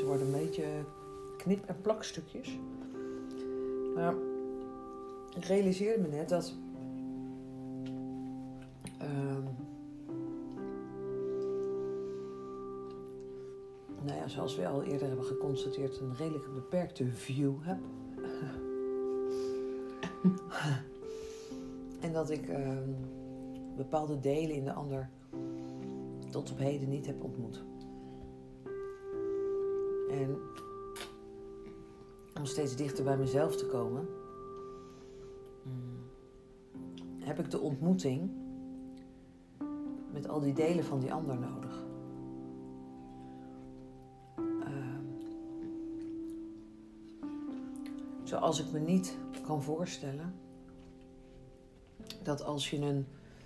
Ze worden een beetje knip- en plakstukjes. Maar ik realiseerde me net dat... nou ja, zoals we al eerder hebben geconstateerd, een redelijk beperkte view heb. En dat ik bepaalde delen in de ander tot op heden niet heb ontmoet. En om steeds dichter bij mezelf te komen, heb ik de ontmoeting met al die delen van die ander nodig. Zoals ik me niet kan voorstellen dat als je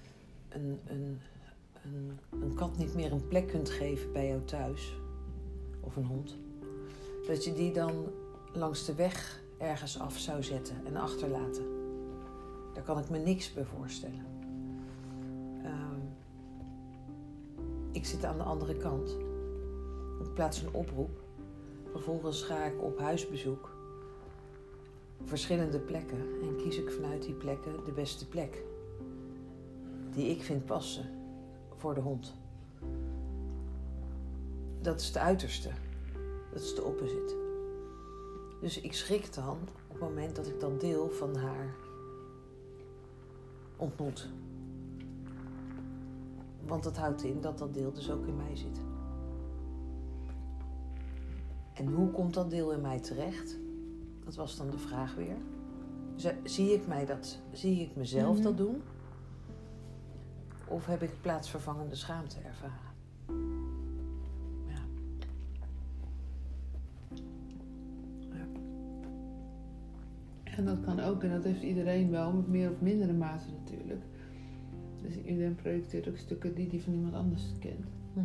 een kat niet meer een plek kunt geven bij jou thuis, of een hond, dat je die dan langs de weg ergens af zou zetten en achterlaten. Daar kan ik me niks bij voorstellen. Ik zit aan de andere kant. Ik plaats een oproep. Vervolgens ga ik op huisbezoek. Verschillende plekken. En kies ik vanuit die plekken de beste plek. Die ik vind passen voor de hond. Dat is het uiterste. Dat is de opposite. Dus ik schrik dan op het moment dat ik dat deel van haar ontmoet. Want dat houdt in dat dat deel dus ook in mij zit. En hoe komt dat deel in mij terecht? Dat was dan de vraag weer. Zie ik mezelf dat doen? Of heb ik plaatsvervangende schaamte ervaren? Ja. En dat kan ook, en dat heeft iedereen wel, met meer of mindere mate natuurlijk. Dus iedereen projecteert ook stukken die van iemand anders kent.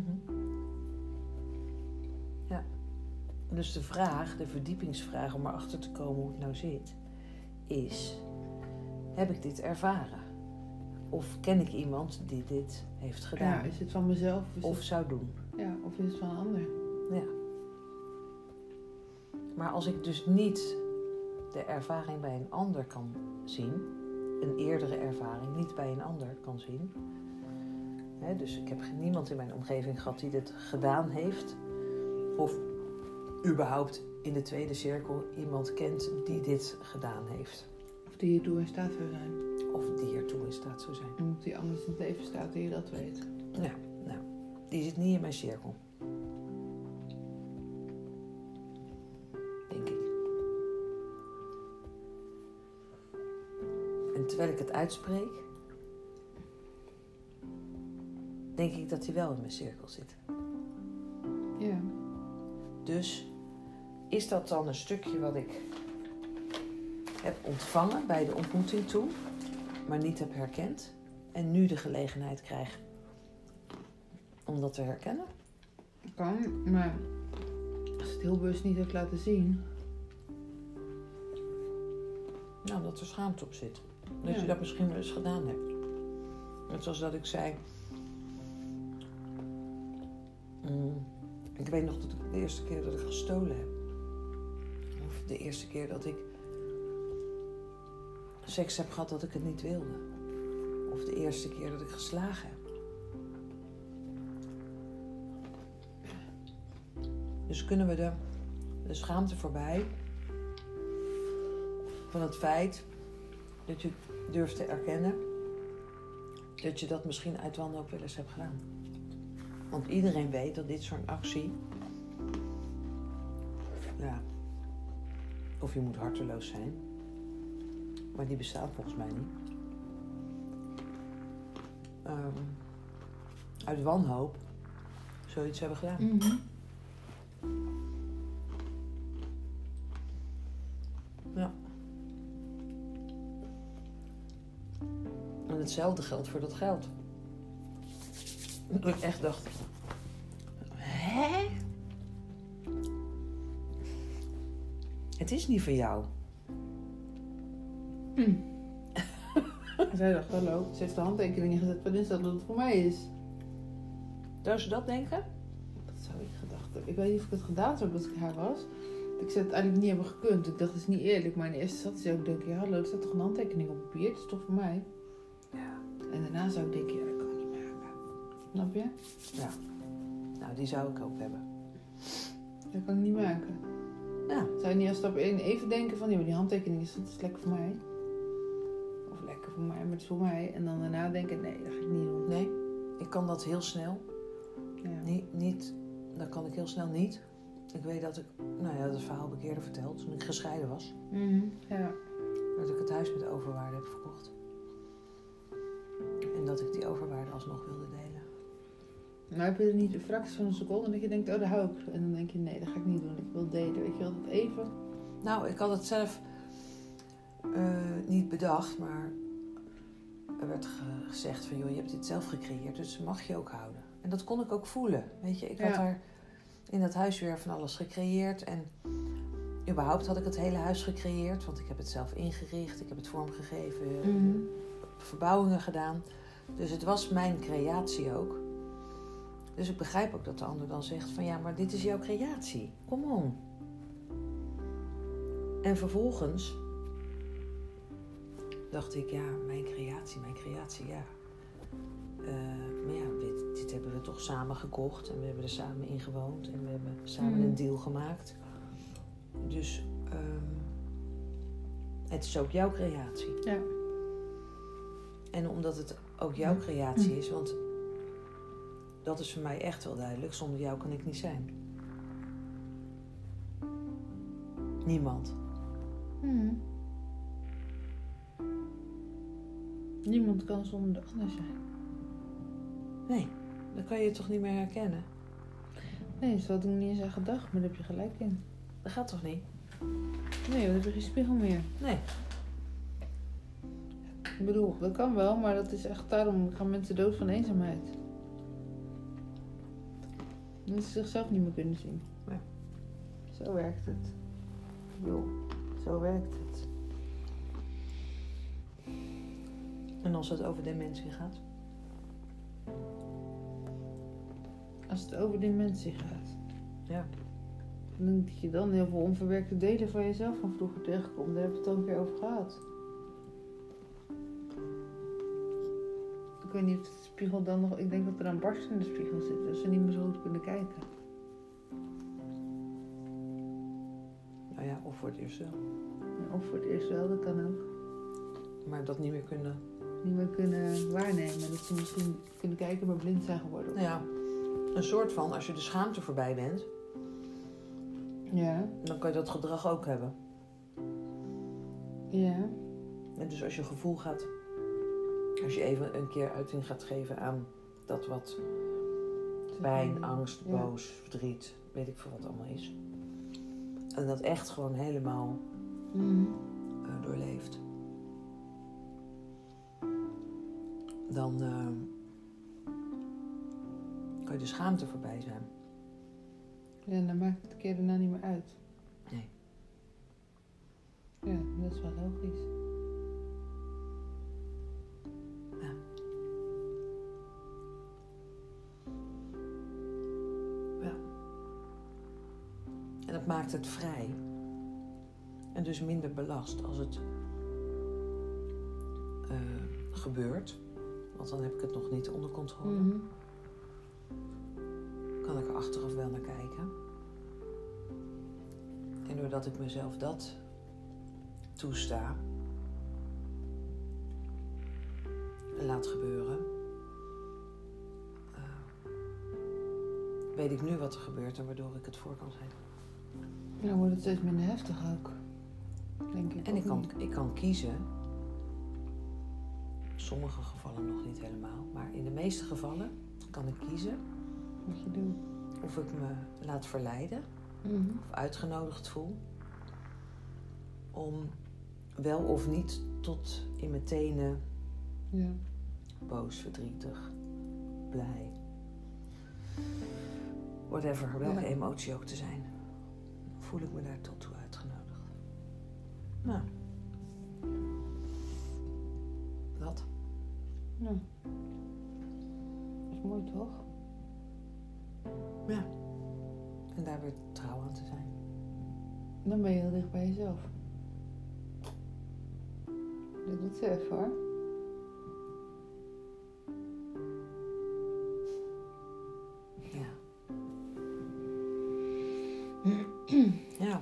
Ja. Dus de verdiepingsvraag om erachter te komen hoe het nou zit, is: heb ik dit ervaren? Of ken ik iemand die dit heeft gedaan? Ja, is het van mezelf? Of zou doen? Ja, of is het van een ander? Ja. Maar als ik dus niet de ervaring bij een ander kan zien, een eerdere ervaring niet bij een ander kan zien. Dus ik heb niemand in mijn omgeving gehad die dit gedaan heeft. Of überhaupt in de tweede cirkel iemand kent die dit gedaan heeft. Of die hiertoe in staat zou zijn. Of die hiertoe in staat zou zijn. En of die anders in het leven staat, die je dat weet. Ja, nou, die zit niet in mijn cirkel. Denk ik. En terwijl ik het uitspreek, denk ik dat hij wel in mijn cirkel zit. Ja. Dus is dat dan een stukje wat ik heb ontvangen bij de ontmoeting toen, maar niet heb herkend en nu de gelegenheid krijg om dat te herkennen? Kan, maar als het heel bewust niet hebt laten zien. Nou, omdat er schaamte op zit. Dat je dat misschien wel eens gedaan hebt. Net zoals dat ik zei. Ik weet nog dat ik de eerste keer dat ik gestolen heb. Of de eerste keer dat ik seks heb gehad dat ik het niet wilde. Of de eerste keer dat ik geslagen heb. Dus kunnen we de schaamte voorbij van het feit dat je durft te erkennen dat je dat misschien uit wanhoop wel eens hebt gedaan. Want iedereen weet dat dit soort actie, ja, of je moet harteloos zijn, maar die bestaat volgens mij niet. Uit wanhoop zoiets hebben gedaan. Mm-hmm. Ja. En hetzelfde geldt voor dat geld. Dat ik echt dacht, hè? Het is niet van jou. Zij dacht, hallo, ze heeft de handtekeningen gezet. Wat is dat het voor mij is? Zou ze dat denken? Dat zou ik gedacht hebben. Ik weet niet of ik het gedaan zou als ik haar was. Ik zou het eigenlijk niet hebben gekund. Ik dacht, dat is niet eerlijk. Maar in de eerste instantie zou ik denken, ja hallo, er staat toch een handtekening op papier? Het is toch voor mij? Ja. En daarna zou ik denken, ja, dat kan ik niet maken. Snap je? Ja. Nou, die zou ik ook hebben. Dat kan ik niet maken. Ja. Zou je niet als stap 1 even denken van, ja, maar die handtekening dat is lekker voor mij. Of lekker voor mij, maar het is voor mij. En dan daarna denken, nee, dat ga ik niet doen. Nee, ik kan dat heel snel. Ja. Niet, dat kan ik heel snel niet. Ik weet dat ik, nou ja, dat verhaal heb ik eerder verteld. Toen ik gescheiden was. Ja. Dat ik het huis met overwaarde heb verkocht. En dat ik die overwaarde alsnog wilde delen. Maar heb je er niet een fractie van een seconde dat je denkt, oh, daar hou ik. En dan denk je, nee, dat ga ik niet doen. Ik wil delen. Weet je wel, dat even. Nou, ik had het zelf niet bedacht, maar er werd gezegd van, joh, je hebt dit zelf gecreëerd, dus mag je ook houden. En dat kon ik ook voelen. Weet je, ik had daar in dat huis weer van alles gecreëerd. En überhaupt had ik het hele huis gecreëerd, want ik heb het zelf ingericht, ik heb het vormgegeven, verbouwingen gedaan. Dus het was mijn creatie ook. Dus ik begrijp ook dat de ander dan zegt van, ja, maar dit is jouw creatie. Kom on. En vervolgens dacht ik, ja, mijn creatie, ja. Maar ja, dit hebben we toch samen gekocht en we hebben er samen in gewoond en we hebben samen een deal gemaakt. Dus het is ook jouw creatie. Ja. En omdat het ook jouw creatie is, want dat is voor mij echt wel duidelijk, zonder jou kan ik niet zijn. Niemand. Niemand kan zonder de ander zijn. Nee, dan kan je het toch niet meer herkennen? Nee, dat had ik niet eens aan gedacht, maar daar heb je gelijk in. Dat gaat toch niet? Nee, dan heb je geen spiegel meer. Nee. Ik bedoel, dat kan wel, maar dat is echt daarom gaan mensen dood van eenzaamheid. Dat ze zichzelf niet meer kunnen zien. Ja. Zo werkt het. Ik bedoel, zo werkt het. En als het over dementie gaat? Als het over dementie gaat. Ja. Ik denk dat je dan heel veel onverwerkte delen van jezelf van vroeger tegenkomt. Daar hebben we het al een keer over gehad. Ik weet niet of de spiegel dan nog... Ik denk dat er een barst in de spiegel zit. Dus ze niet meer zo goed kunnen kijken. Nou ja, of voor het eerst wel. Ja, of voor het eerst wel, dat kan ook. Maar dat niet meer kunnen. Niet meer kunnen waarnemen. Dat ze misschien kunnen kijken, maar blind zijn geworden. Nou ja, een soort van, als je de schaamte voorbij bent, Ja. dan kan je dat gedrag ook hebben. Ja. En dus als je gevoel gaat, als je even een keer uiting gaat geven aan dat wat pijn, angst, Ja. boos, verdriet, weet ik veel wat allemaal is. En dat echt gewoon helemaal doorleeft. Dan kan je de schaamte voorbij zijn. Ja, dan maakt het een keer daarna niet meer uit. Nee. Ja, dat is wel logisch. Ja. Ja. En dat maakt het vrij. En dus minder belast als het gebeurt. Want dan heb ik het nog niet onder controle. Kan ik er achteraf wel naar kijken. En doordat ik mezelf dat toesta en laat gebeuren, weet ik nu wat er gebeurt en waardoor ik het voor kan zijn. Ja, dan wordt het steeds minder heftig ook. Denk ik. En ik kan kiezen. In sommige gevallen nog niet helemaal, maar in de meeste gevallen kan ik kiezen Wat je doet. of ik me laat verleiden of uitgenodigd voel om wel of niet tot in mijn tenen Ja. boos, verdrietig, blij, whatever, welke emotie ook te zijn, voel ik me daar tot toe uitgenodigd. Nou, dat. Ja. Dat is mooi toch? Ja. En daar weer trouw aan te zijn. Dan ben je heel dicht bij jezelf. Dit doet ze even hoor. Ja. Ja.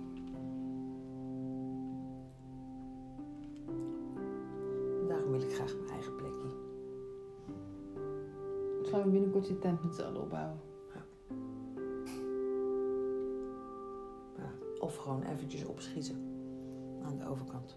Daarom wil ik graag mijn eigen plekje. Dan gaan we binnenkort je tent met z'n allen opbouwen. Ja. Of gewoon eventjes opschieten. Aan de overkant.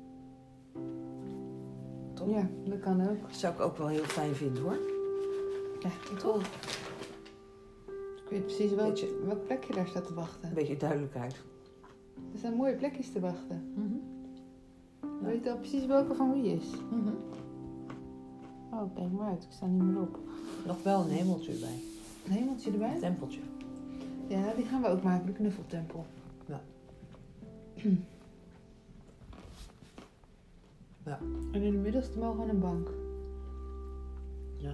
Toch? Ja, dat kan ook. Dat zou ik ook wel heel fijn vinden hoor. Ja, Toch? Ik weet precies welk plekje daar staat te wachten. Een beetje duidelijkheid. Er staan mooie plekjes te wachten. Mm-hmm. Je weet al precies welke van wie is. Oh, kijk maar uit. Ik sta niet meer op. Nog wel een hemeltje bij. Een hemeltje erbij? Een tempeltje. Ja, die gaan we ook maken. De knuffeltempel. Ja. Ja. En in de middelste mogen we een bank. Ja.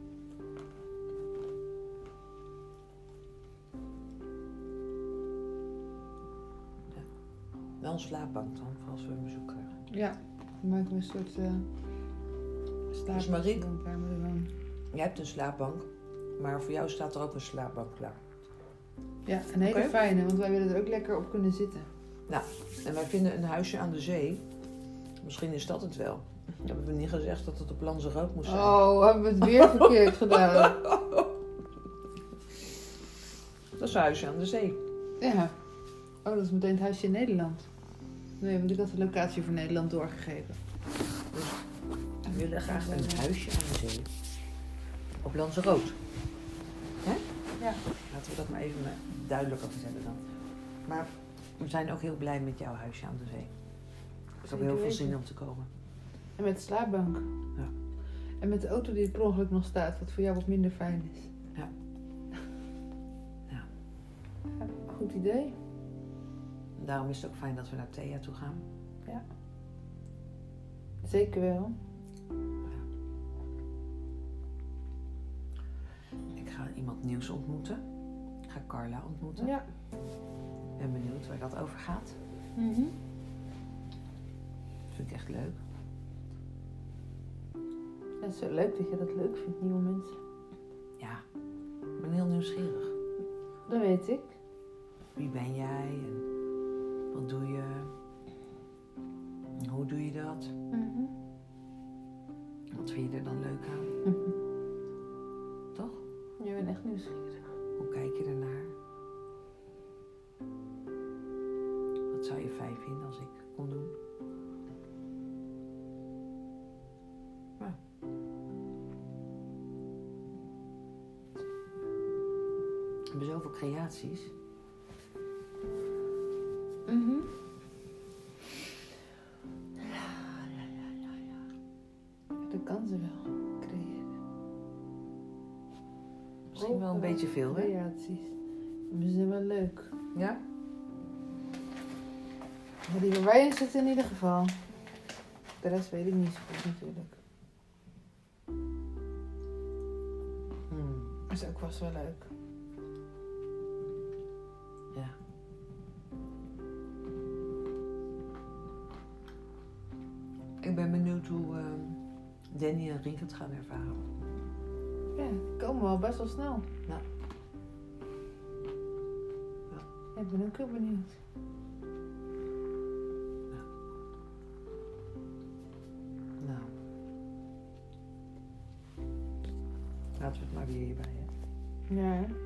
Wel een slaapbank dan, voor als we een bezoek krijgen. Ja, dan maken we een soort slaapbank. Dus Mariek? Waar we dan... Jij hebt een slaapbank, maar voor jou staat er ook een slaapbank klaar. Ja, een hele Oké. fijne, want wij willen er ook lekker op kunnen zitten. En wij vinden een huisje aan de zee. Misschien is dat het wel. We hebben niet gezegd dat het op Lanzarote moest zijn. Oh, hebben we het weer verkeerd gedaan. Dat is een huisje aan de zee. Ja. Oh, dat is meteen het huisje in Nederland. Nee, want ik had de locatie voor Nederland doorgegeven. Dus we willen graag een huisje aan de zee. Op Lanzarote. Hè? Ja. Laten we dat maar even duidelijker vertellen dan. Maar we zijn ook heel blij met jouw huisje aan de zee. Ik heb heel veel zin om te komen. En met de slaapbank. Ja. En met de auto die per ongeluk nog staat, wat voor jou wat minder fijn is. Ja. Ja. Ja, goed idee. Daarom is het ook fijn dat we naar Thea toe gaan. Zeker wel. Ik ga iemand nieuws ontmoeten. Ik ga Carla ontmoeten. Ja. Ik ben benieuwd waar dat over gaat. Mhm. Dat vind ik echt leuk. Ja, het is zo leuk dat je dat leuk vindt, nieuwe mensen. Ja, ik ben heel nieuwsgierig. Dat weet ik. Wie ben jij en wat doe je? En hoe doe je dat? Mhm. Wat vind je er dan leuk aan? Mhm. Toch? Je bent echt nieuwsgierig. Hoe kijk je ernaar? Wat zou je fijn vinden als ik kon doen? Ja. We hebben zoveel creaties. Mhm. Dat kan ze wel, creëren. Misschien wel een beetje veel, hè? Creaties. Maar ze zijn wel leuk. Ja? Maar die waar wij in zitten in ieder geval. De rest weet ik niet zo goed natuurlijk. Dat is ook vast wel leuk. Ja. Ik ben benieuwd hoe Danny en Riek het gaan ervaren. Ja, komen we al best wel snel. Ja. Ja, ik ben ook heel benieuwd. Nou. Laten we het maar weer hierbij hebben. Ja, hè?